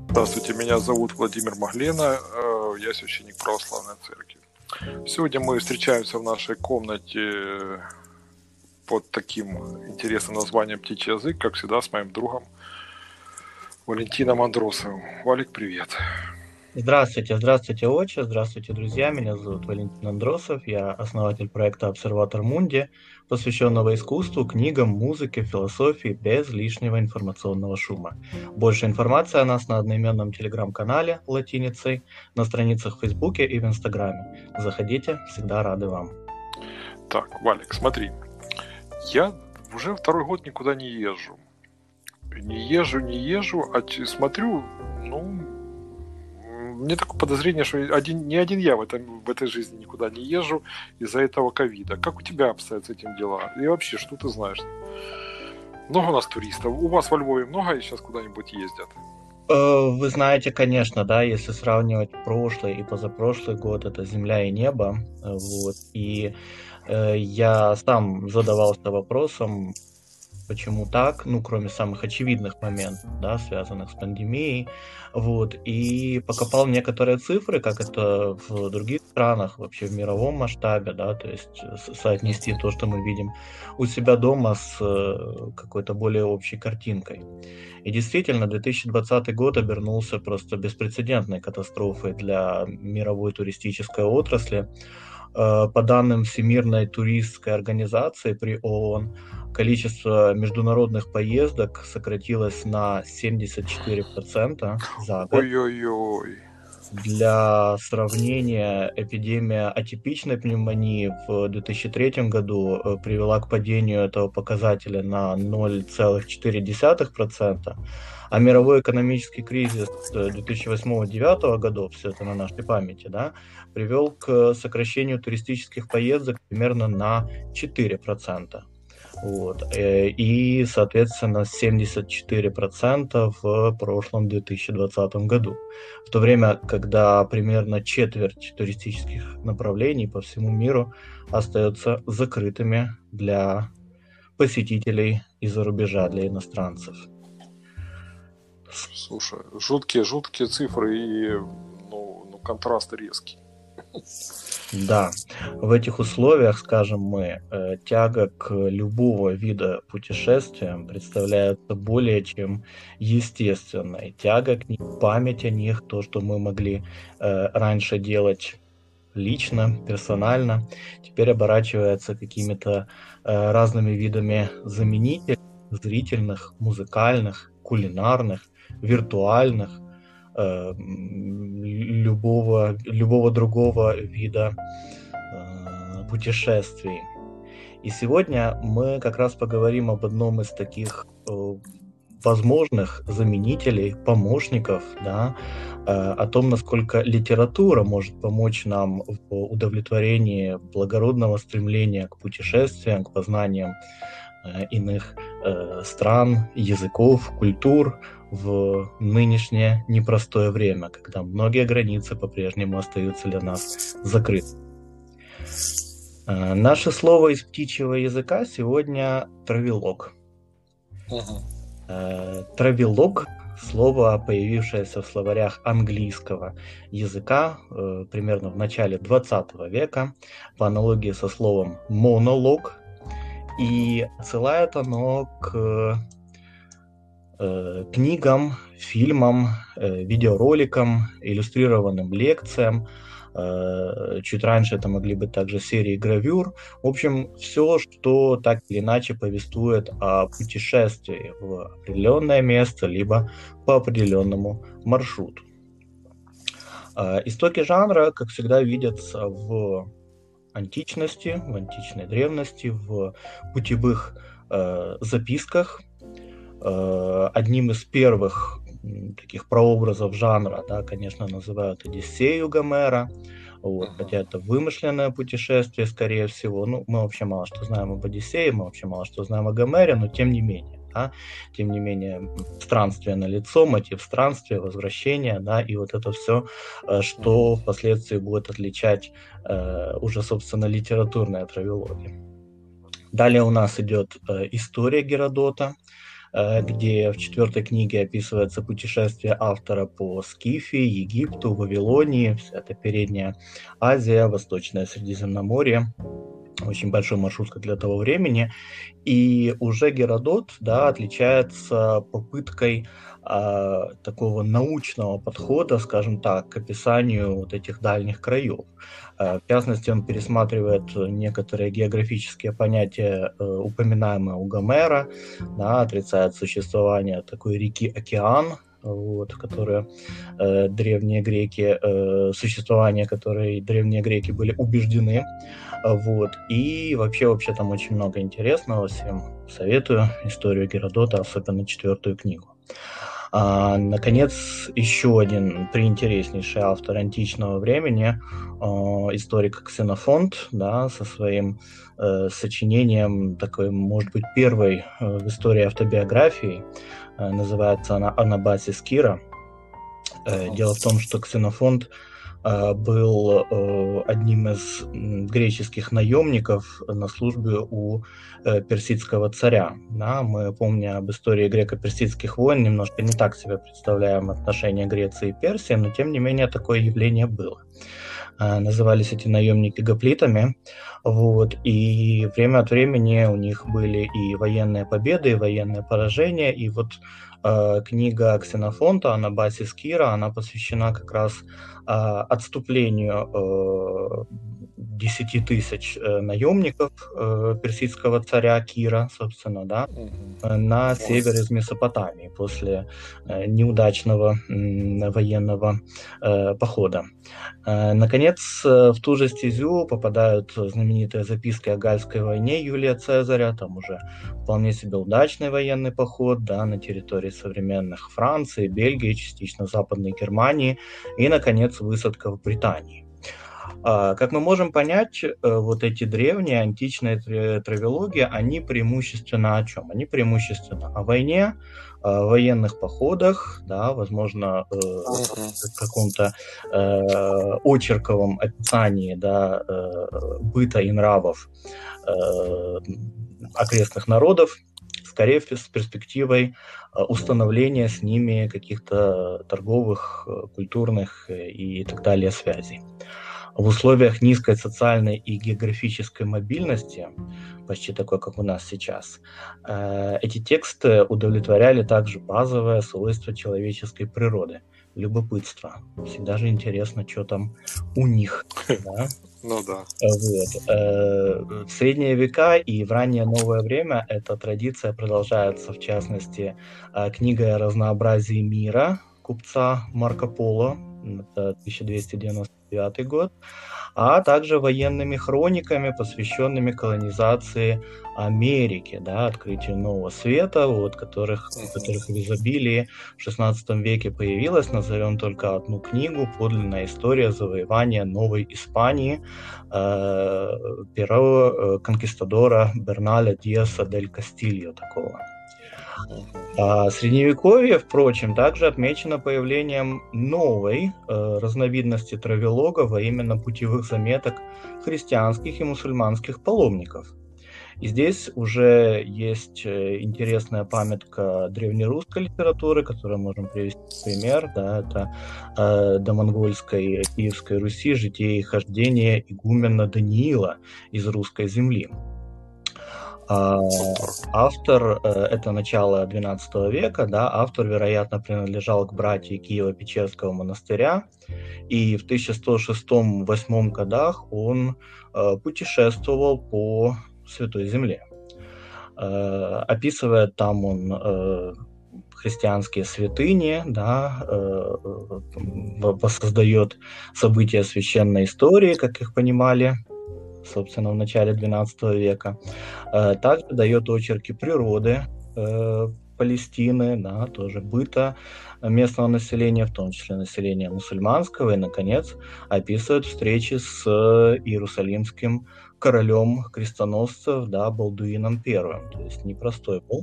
Здравствуйте, меня зовут Владимир Маглена, я священник православной церкви. Сегодня мы встречаемся в нашей комнате под таким интересным названием «Птичий язык», как всегда, с моим другом Валентином Андросовым. Валик, привет. Здравствуйте, отче, здравствуйте, друзья. Меня зовут Валентин Андросов, я основатель проекта «Обсерватор Мунди», посвященного искусству, книгам, музыке, философии без лишнего информационного шума. Больше информации о нас на одноименном телеграм-канале латиницей, на страницах в Фейсбуке и в Инстаграме. Заходите, всегда рады вам. Так, Валик, смотри, я уже второй год никуда не езжу. Не езжу, смотрю, мне такое подозрение, что не один я в этой жизни никуда не езжу из-за этого ковида. Как у тебя обстоят с этим дела? И вообще, что ты знаешь? Много у нас туристов. У вас во Львове много и сейчас куда-нибудь ездят? Вы знаете, конечно, да, если сравнивать прошлый и позапрошлый год, это земля и небо. Вот. И я сам задавался вопросом, почему так, кроме самых очевидных моментов, да, связанных с пандемией, вот, и покопал некоторые цифры, как это в других странах, вообще в мировом масштабе, да, то есть соотнести то, что мы видим у себя дома с какой-то более общей картинкой. И действительно, 2020 год обернулся просто беспрецедентной катастрофой для мировой туристической отрасли. По данным Всемирной туристской организации при ООН, количество международных поездок сократилось на 74% за год. Ой-ой-ой. Для сравнения, эпидемия атипичной пневмонии в 2003 году привела к падению этого показателя на 0,4%, а мировой экономический кризис 2008-2009 годов, все это на нашей памяти, да, привел к сокращению туристических поездок примерно на 4%. Вот. И, соответственно, 74% в прошлом 2020 году. В то время, когда примерно четверть туристических направлений по всему миру остаются закрытыми для посетителей из-за рубежа, для иностранцев. Слушай, жуткие цифры и контраст резкий. Да, в этих условиях, скажем мы, тяга к любого вида путешествия представляется более чем естественной. Тяга к них, память о них, то, что мы могли раньше делать лично, персонально, теперь оборачивается какими-то разными видами заменителей, зрительных, музыкальных, кулинарных, виртуальных, любого другого вида путешествий. И сегодня мы как раз поговорим об одном из таких возможных заменителей, помощников, да, о том, насколько литература может помочь нам в удовлетворении благородного стремления к путешествиям, к познаниям иных стран, языков, культур в нынешнее непростое время, когда многие границы по-прежнему остаются для нас закрыты. Наше слово из птичьего языка сегодня «травелог». Травелог – слово, появившееся в словарях английского языка примерно в начале 20 века, по аналогии со словом «монолог», и отсылает оно к книгам, фильмам, видеороликам, иллюстрированным лекциям. Чуть раньше это могли быть также серии гравюр. В общем, все, что так или иначе повествует о путешествии в определенное место, либо по определенному маршруту. Истоки жанра, как всегда, видятся в античности, в античной древности, в путевых записках. Одним из первых таких прообразов жанра, да, конечно, называют Одиссею Гомера, вот, хотя это вымышленное путешествие, скорее всего. Мы вообще мало что знаем об Одиссее, мы вообще мало что знаем о Гомере, но тем не менее, странствие налицо, мотив странствия, возвращения, да, и вот это все, что впоследствии будет отличать уже, собственно, литературная травелогия. Далее у нас идет история Геродота, где в 4 книге описывается путешествие автора по Скифии, Египту, Вавилонии, вся эта Передняя Азия, Восточное Средиземноморье. Очень большой маршрут как для того времени. И уже Геродот, да, отличается попыткой такого научного подхода, скажем так, к описанию вот этих дальних краев. В частности, он пересматривает некоторые географические понятия, упоминаемые у Гомера, да, отрицает существование такой реки Океан, вот, которая древние греки, существование которой древние греки были убеждены. Вот. И вообще там очень много интересного. Всем советую историю Геродота, особенно 4 книгу. Наконец, еще один приинтереснейший автор античного времени, историк Ксенофонт, да, со своим сочинением, такой, может быть, первой в истории автобиографии, называется она «Анабасис Кира». Дело в том, что Ксенофонт был одним из греческих наемников на службе у персидского царя. Да, мы, помня об истории греко-персидских войн, немножко не так себе представляем отношения Греции и Персии, но тем не менее такое явление было. Назывались эти наемники гоплитами, вот, и время от времени у них были и военные победы, и военные поражения, и вот книга Ксенофонта «Анабасис Кира», она посвящена как раз отступлению 10 тысяч наемников персидского царя Кира, собственно, да, на север из Месопотамии после неудачного военного похода. Наконец, в ту же стезю попадают знаменитые записки о Гальской войне Юлия Цезаря, там уже вполне себе удачный военный поход, да, на территории современных Франции, Бельгии, частично Западной Германии и, наконец, высадка в Британии. Как мы можем понять, вот эти древние античные травелоги, они преимущественно о чем? Они преимущественно о войне, о военных походах, да, возможно, в каком-то очерковом описании, да, быта и нравов окрестных народов, скорее с перспективой установления с ними каких-то торговых, культурных и так далее связей. В условиях низкой социальной и географической мобильности, почти такой, как у нас сейчас, эти тексты удовлетворяли также базовое свойство человеческой природы – любопытство. Всегда же интересно, что там у них. Да? Ну да. Вот. В средние века и в раннее новое время эта традиция продолжается, в частности, книгой о разнообразии мира купца Марко Поло, это 1299 год, а также военными хрониками, посвященными колонизации Америки, да, открытию Нового Света, вот, которых в изобилии в XVI веке появилась. Назовем только одну книгу «Подлинная история завоевания Новой Испании» первого конкистадора Берналя Диаса дель Кастильо такого. Средневековье, впрочем, также отмечено появлением новой разновидности травелогов, а именно путевых заметок христианских и мусульманских паломников. И здесь уже есть интересная памятка древнерусской литературы, которую можем привести в пример. Да, это домонгольской Киевской Руси «Житие и хождение игумена Даниила из русской земли». Автор, это начало XII века, да, автор, вероятно, принадлежал к братьям Киево-Печерского монастыря, и в 1106-1108 годах он путешествовал по Святой Земле. Описывает там он христианские святыни, да, воссоздает события священной истории, как их понимали, собственно, в начале XII века. Также дает очерки природы Палестины, да, тоже быта местного населения, в том числе населения мусульманского, и, наконец, описывает встречи с иерусалимским королем крестоносцев, да, Балдуином I. То есть непростой был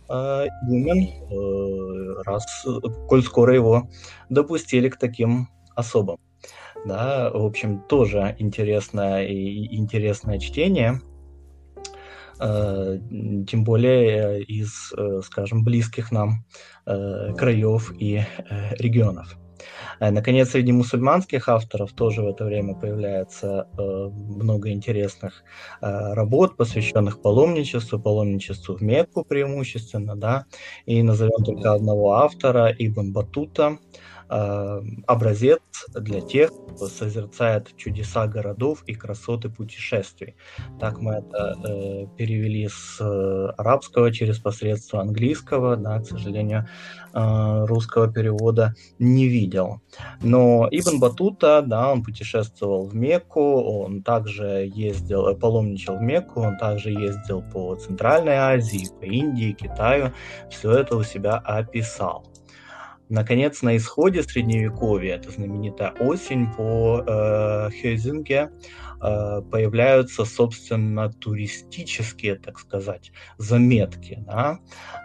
игумен, раз, коль скоро его допустили к таким особам. Да, в общем, тоже интересное чтение. тем более из, скажем, близких нам краев и регионов. Наконец, среди мусульманских авторов тоже в это время появляется много интересных работ, посвященных паломничеству в Мекку преимущественно, да, и назовем только одного автора, Ибн Батута, образец для тех, кто созерцает чудеса городов и красоты путешествий. Так мы это перевели с арабского через посредство английского, да, к сожалению, русского перевода не видел. Но Ибн Батута, да, он путешествовал в Мекку, он также паломничал в Мекку, он также ездил по Центральной Азии, по Индии, Китаю, все это у себя описал. Наконец, на исходе Средневековья, это знаменитая осень по Хёйзинге, появляются, собственно, туристические, так сказать, заметки. Да?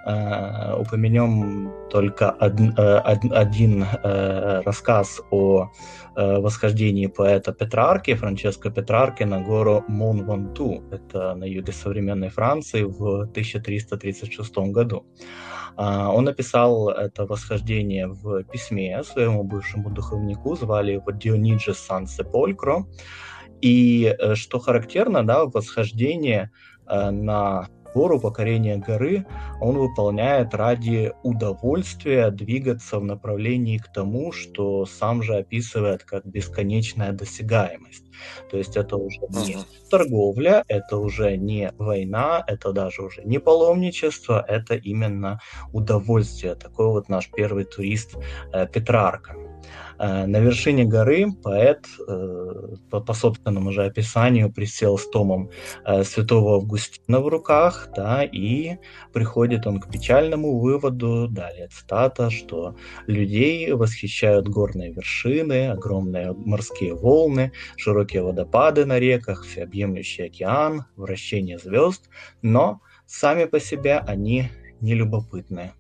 Упомянем только один рассказ о восхождении поэта Петрарки, Франческо Петрарки, на гору Мон-Ванту, это на юге современной Франции, в 1336 году. Он написал это восхождение в письме своему бывшему духовнику, звали его Диониджи Сан-Сеполькро. И что характерно, да, восхождение на гору, покорение горы он выполняет ради удовольствия двигаться в направлении к тому, что сам же описывает как бесконечная досягаемость. То есть это уже не торговля, это уже не война, это даже уже не паломничество, это именно удовольствие. Такой вот наш первый турист Петрарка. На вершине горы поэт, по собственному же описанию, присел с томом святого Августина в руках, да, и приходит он к печальному выводу, далее цитата, что людей восхищают горные вершины, огромные морские волны, широкие водопады на реках, всеобъемлющий океан, вращение звезд, но сами по себе они не любопытны.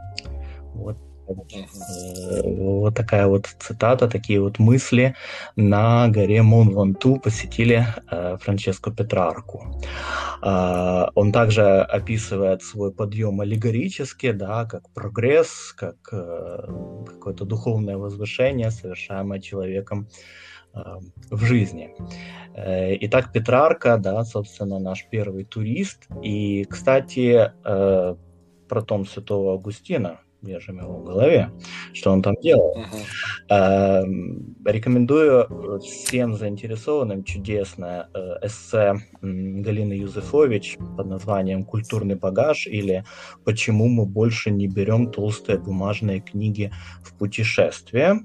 Вот такая вот цитата, такие вот мысли на горе Мон-Ванту посетили Франческо Петрарку. Он также описывает свой подъем аллегорически, да, как прогресс, как какое-то духовное возвышение, совершаемое человеком в жизни. Итак, Петрарка, да, собственно, наш первый турист. И, кстати, про том святого Августина, держим его в голове, что он там делал. Рекомендую всем заинтересованным чудесное эссе Галины Юзефович под названием «Культурный багаж» или «Почему мы больше не берем толстые бумажные книги в путешествие».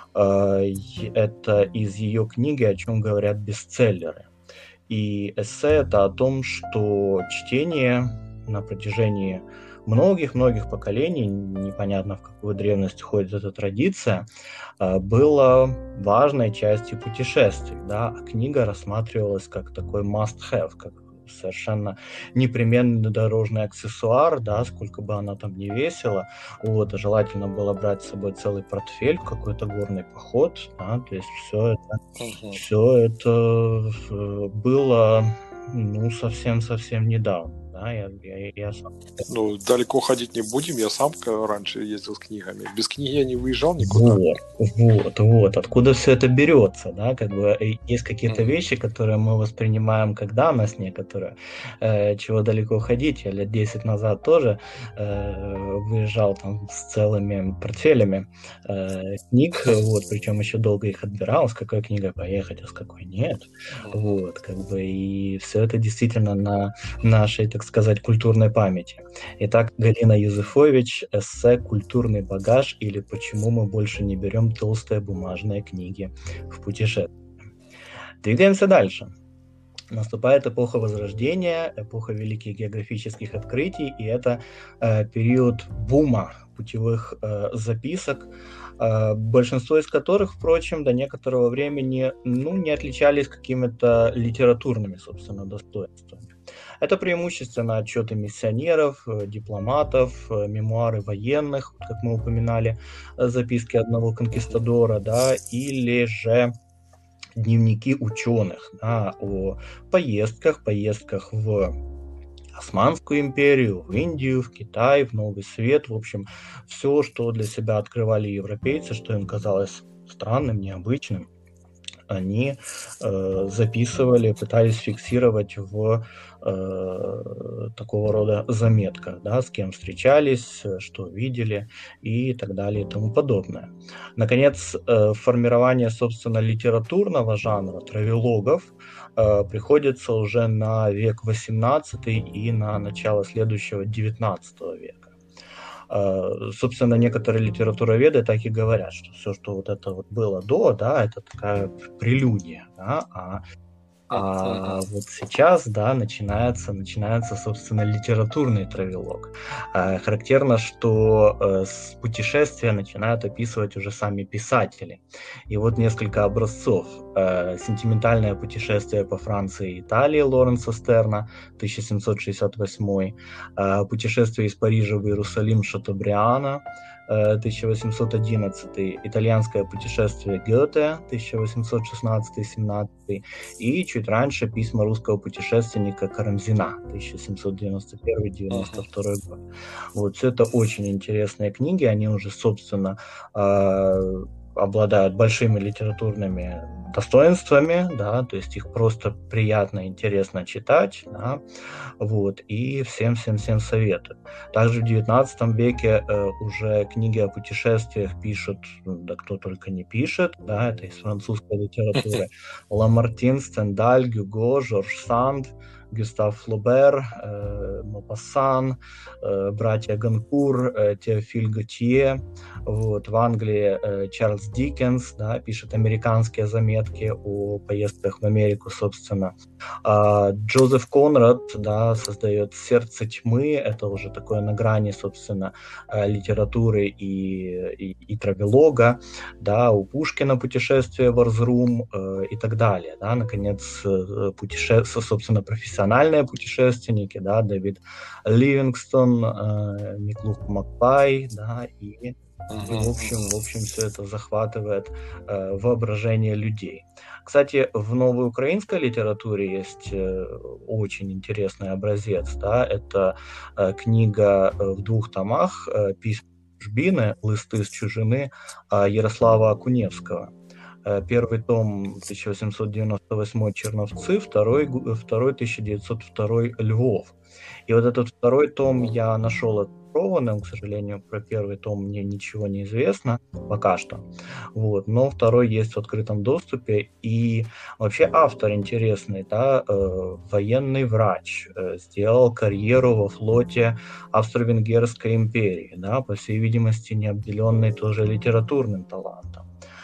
Это из ее книги «О чем говорят бестселлеры». И эссе это о том, что чтение на протяжении многих поколений, непонятно в какую древность входит эта традиция, было важной частью путешествий, да, а книга рассматривалась как такой must-have, как совершенно непременный дорожный аксессуар, да, сколько бы она там ни весила, вот, желательно было брать с собой целый портфель в какой-то горный поход, да, то есть все это было, ну, совсем недавно. Да, я сам. Ну, далеко ходить не будем. Я сам раньше ездил с книгами. Без книги я не выезжал никуда. Вот. Откуда все это берется, да? Как бы есть какие-то вещи, которые мы воспринимаем как данность некоторые, чего далеко ходить. Я лет 10 назад тоже выезжал там с целыми портфелями книг, вот, причем еще долго их отбирал, с какой книгой поехать, а с какой нет. Вот, как бы, и все это действительно на нашей, так сказать, культурной памяти. Итак, Галина Юзефович, эссе «Культурный багаж» или «Почему мы больше не берем толстые бумажные книги в путешествии». Двигаемся дальше. Наступает эпоха Возрождения, эпоха великих географических открытий, и это период бума путевых записок, большинство из которых, впрочем, до некоторого времени не отличались какими-то литературными, собственно, достоинствами. Это преимущественно отчеты миссионеров, дипломатов, мемуары военных, как мы упоминали, записки одного конкистадора, да, или же дневники ученых, да, о поездках в Османскую империю, в Индию, в Китай, в Новый Свет. В общем, все, что для себя открывали европейцы, что им казалось странным, необычным, они записывали, пытались фиксировать в такого рода заметках, да, с кем встречались, что видели и так далее и тому подобное. Наконец, формирование, собственно, литературного жанра, травелогов, приходится уже на век XVIII и на начало следующего XIX века. Собственно, некоторые литературоведы так и говорят, что все, что вот это вот было до, да, это такая прелюдия, да, вот сейчас, да, начинается, собственно, литературный травелог. Характерно, что путешествия начинают описывать уже сами писатели. И вот несколько образцов. «Сентиментальное путешествие по Франции и Италии» Лоренса Стерна, 1768. «Путешествие из Парижа в Иерусалим» Шатобриана, 1811. «Итальянское путешествие» Гёте, 1816-17. И чуть раньше «Письма русского путешественника» Карамзина, 1791-92 год. Вот, все это очень интересные книги, они уже, собственно, обладают большими литературными достоинствами, да, то есть их просто приятно, интересно читать, да, вот, и всем советую. Также в XIX веке уже книги о путешествиях пишут, да кто только не пишет, да, это из французской литературы, Ламартин, Стендаль, Гюго, Жорж Санд, Гюстав Флобер, Мопассан, братья Ганкур, Теофиль Готье. Вот, в Англии Чарльз Диккенс, да, пишет американские заметки о поездках в Америку, собственно. Джозеф Конрад, да, создает «Сердце тьмы», это уже такое на грани, собственно, литературы и травелога, да, у Пушкина «Путешествие в Арзрум» и так далее, да, наконец, собственно, профессиональные путешественники, да, Дэвид Ливингстон, Миклух Макпай, да, и в общем, все это захватывает воображение людей. Кстати, в новой украинской литературе есть очень интересный образец, да, это книга в 2 томах «Письма чужбины. Листы с чужины» Ярослава Акуневского. Первый том 1898 Черновцы, второй 1902 Львов. И вот этот второй том я нашел оцифрованным, к сожалению, про первый том мне ничего не известно пока что. Вот, но второй есть в открытом доступе. И вообще автор интересный, да, военный врач, сделал карьеру во флоте Австро-Венгерской империи, да, по всей видимости, не обделенный тоже литературным талантом.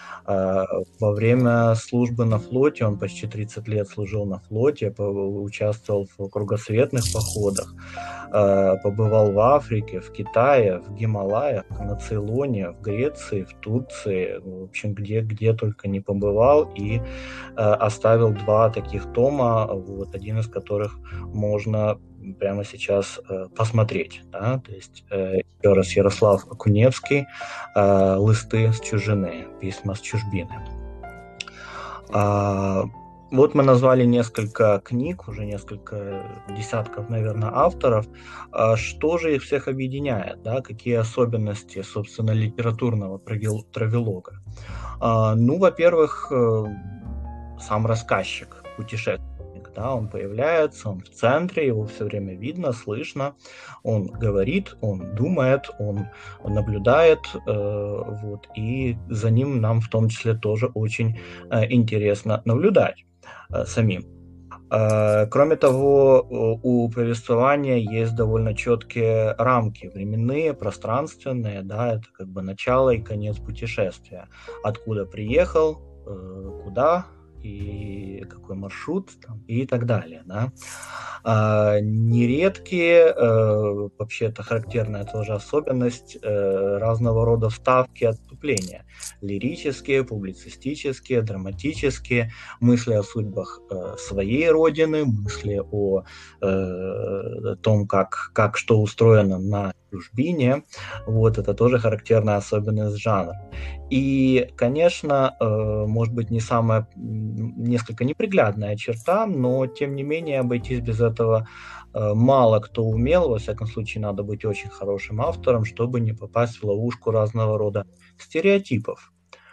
Во время службы на флоте, он почти 30 лет служил на флоте, участвовал в кругосветных походах, побывал в Африке, в Китае, в Гималаях, на Цейлоне, в Греции, в Турции, в общем, где только не побывал, и оставил 2 таких тома, вот, один из которых можно прямо сейчас посмотреть, да? То есть еще раз Ярослав Акуневский, «Листы с чужины», «Письма с чужбины». Вот мы назвали несколько книг, уже несколько десятков, наверное, авторов. Что же их всех объединяет, да? Какие особенности, собственно, литературного травелога? Ну, во-первых, сам рассказчик, путешественник. Да, он появляется, он в центре, его все время видно, слышно, он говорит, он думает, он наблюдает, вот, и за ним нам в том числе тоже очень интересно наблюдать самим. Кроме того, у повествования есть довольно четкие рамки временные, пространственные, да, это как бы начало и конец путешествия. Откуда приехал, куда, и какой маршрут там, и так далее. Да. Нередкие, вообще это характерная тоже особенность, разного рода вставки, отступления. Лирические, публицистические, драматические, мысли о судьбах своей родины, мысли о том, как что устроено на чужбине. Вот это тоже характерная особенность жанра. И, конечно, может быть, не самая несколько неприглядная черта, но, тем не менее, обойтись без этого мало кто умел, во всяком случае, надо быть очень хорошим автором, чтобы не попасть в ловушку разного рода стереотипов.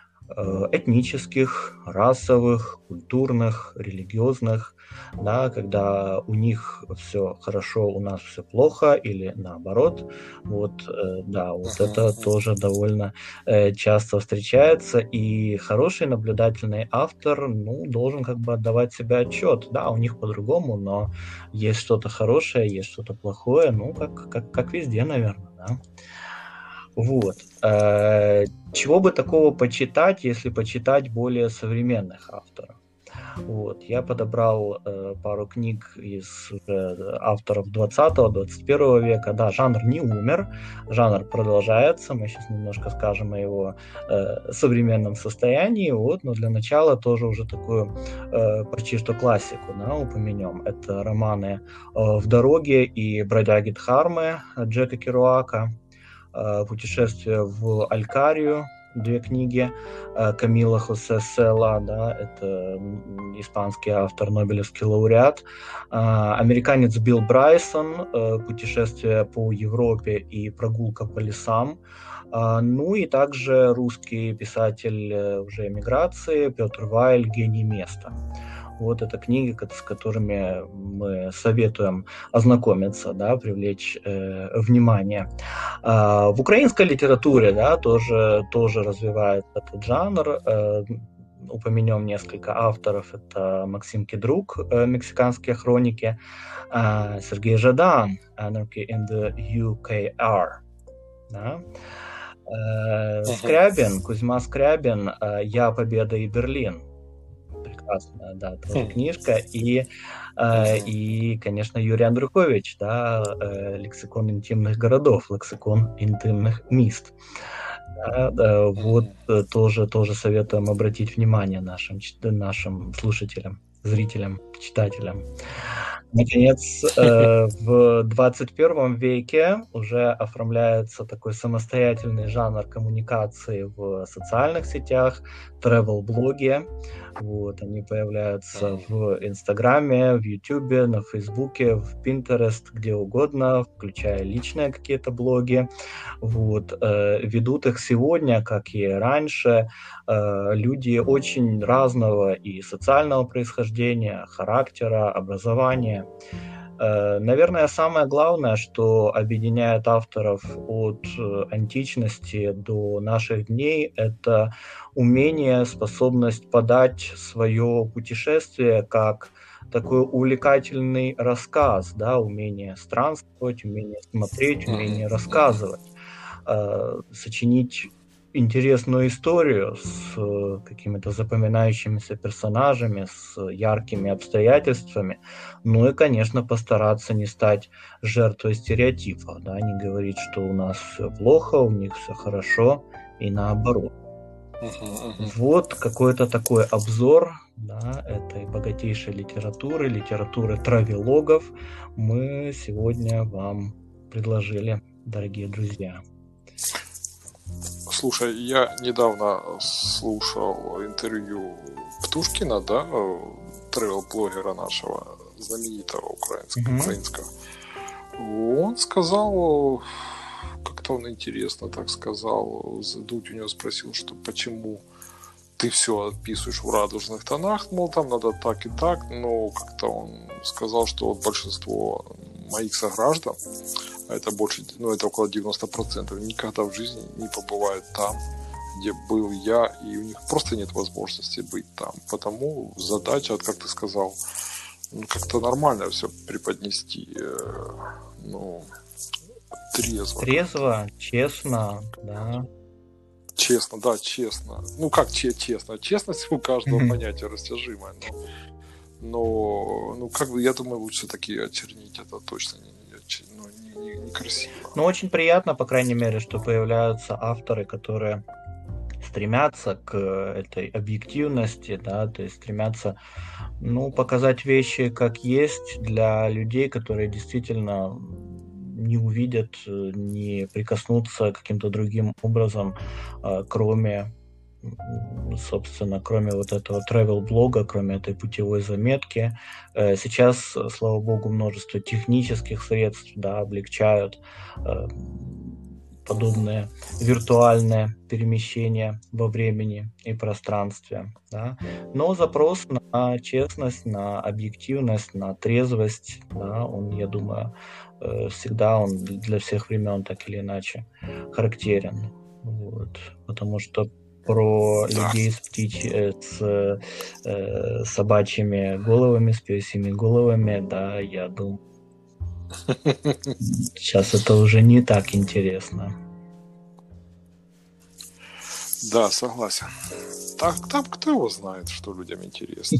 Этнических, расовых, культурных, религиозных, да, когда у них все хорошо, у нас все плохо, или наоборот. Вот, да, вот это тоже довольно часто встречается, и хороший наблюдательный автор, ну, должен как бы отдавать себе отчет. Да, у них по-другому, но есть что-то хорошее, есть что-то плохое, ну, как везде, наверное, да. Вот. Чего бы такого почитать, если почитать более современных авторов? Вот. Я подобрал пару книг из авторов 20-21 века. Да, жанр не умер, жанр продолжается. Мы сейчас немножко скажем о его современном состоянии. Вот. Но для начала тоже уже такую почти что классику, да, упомянем. Это романы «В дороге» и «Бродяги Дхармы» Джека Керуака. «Путешествие в Алькарию», 2 книги Камила Хосе Села, да, это испанский автор, нобелевский лауреат. Американец Билл Брайсон, «Путешествие по Европе» и «Прогулка по лесам». Ну и также русский писатель уже эмиграции Петр Вайль «Гений места». Вот это книги, с которыми мы советуем ознакомиться, да, привлечь внимание. В украинской литературе, да, тоже развивает этот жанр. Упомянем несколько авторов. Это Максим Кидрук, «Мексиканские хроники», Сергей Жадан, «Anarchy in the UKR». Да. Скрябин, Кузьма Скрябин, «Я, Победа и Берлин». Прекрасная, да, тоже книжка. И, конечно, Юрий Андрухович, да, «Лексикон интимных городов», «Лексикон интимных мест». Да, вот тоже советуем обратить внимание нашим слушателям, зрителям, читателям. Наконец, в 21 веке уже оформляется такой самостоятельный жанр коммуникации в социальных сетях, travel-блоги. Вот, они появляются в Инстаграме, в Ютубе, на Фейсбуке, в Pinterest, где угодно, включая личные какие-то блоги. Вот, ведут их сегодня, как и раньше, люди очень разного и социального происхождения, характера, образования. Наверное, самое главное, что объединяет авторов от античности до наших дней, это умение, способность подать свое путешествие как такой увлекательный рассказ, да, умение странствовать, умение смотреть, умение рассказывать, сочинить интересную историю с какими-то запоминающимися персонажами, с яркими обстоятельствами, ну и, конечно, постараться не стать жертвой стереотипов, да, не говорить, что у нас все плохо, у них все хорошо, и наоборот. Вот какой-то такой обзор, да, этой богатейшей литературы травелогов мы сегодня вам предложили, дорогие друзья. Слушай, я недавно слушал интервью Птушкина, да, тревел-блогера нашего, знаменитого украинского. Он сказал, как-то он интересно так сказал, Дудь у него спросил, что почему ты все описываешь в радужных тонах, мол, там надо так и так, но как-то он сказал, что вот большинство моих сограждан, а это больше, это около 90%, никогда в жизни не побывают там, где был я, и у них просто нет возможности быть там. Потому задача, как ты сказал, как-то нормально все преподнести, трезво. Трезво, честно, да. Честно, да, честно. Ну, как честно? Честность у каждого понятия растяжимое, но как бы, я думаю, лучше такие очернить, это точно некрасиво. Ну, очень приятно, по крайней мере, что появляются авторы, которые стремятся к этой объективности, да, то есть стремятся, показать вещи как есть для людей, которые действительно не увидят, не прикоснутся каким-то другим образом, кроме собственно, кроме вот этого travel-блога, кроме этой путевой заметки. Сейчас, слава богу, множество технических средств, да, облегчают подобные виртуальные перемещения во времени и пространстве. Да. Но запрос на честность, на объективность, на трезвость, да, он, я думаю, всегда он для всех времен так или иначе характерен. Вот. Потому что про Да. людей с собачьими головами, с пёсьими головами, да, я думаю, сейчас это уже не так интересно. Да, согласен. Так, там кто его знает, что людям интересно.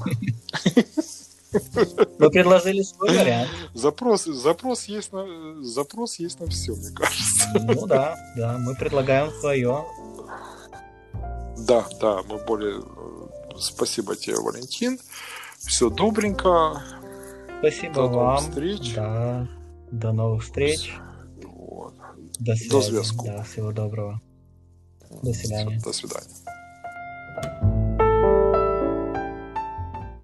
Вы предложили свой вариант. Запрос есть на все, мне кажется. Ну да, мы предлагаем свое. Да, мы более... Спасибо тебе, Валентин. Все добренько. Спасибо До вам. новых встреч. Да, до новых встреч. Вот. До связи. До зв'язку. Да, всего доброго. До свидания. До свидания.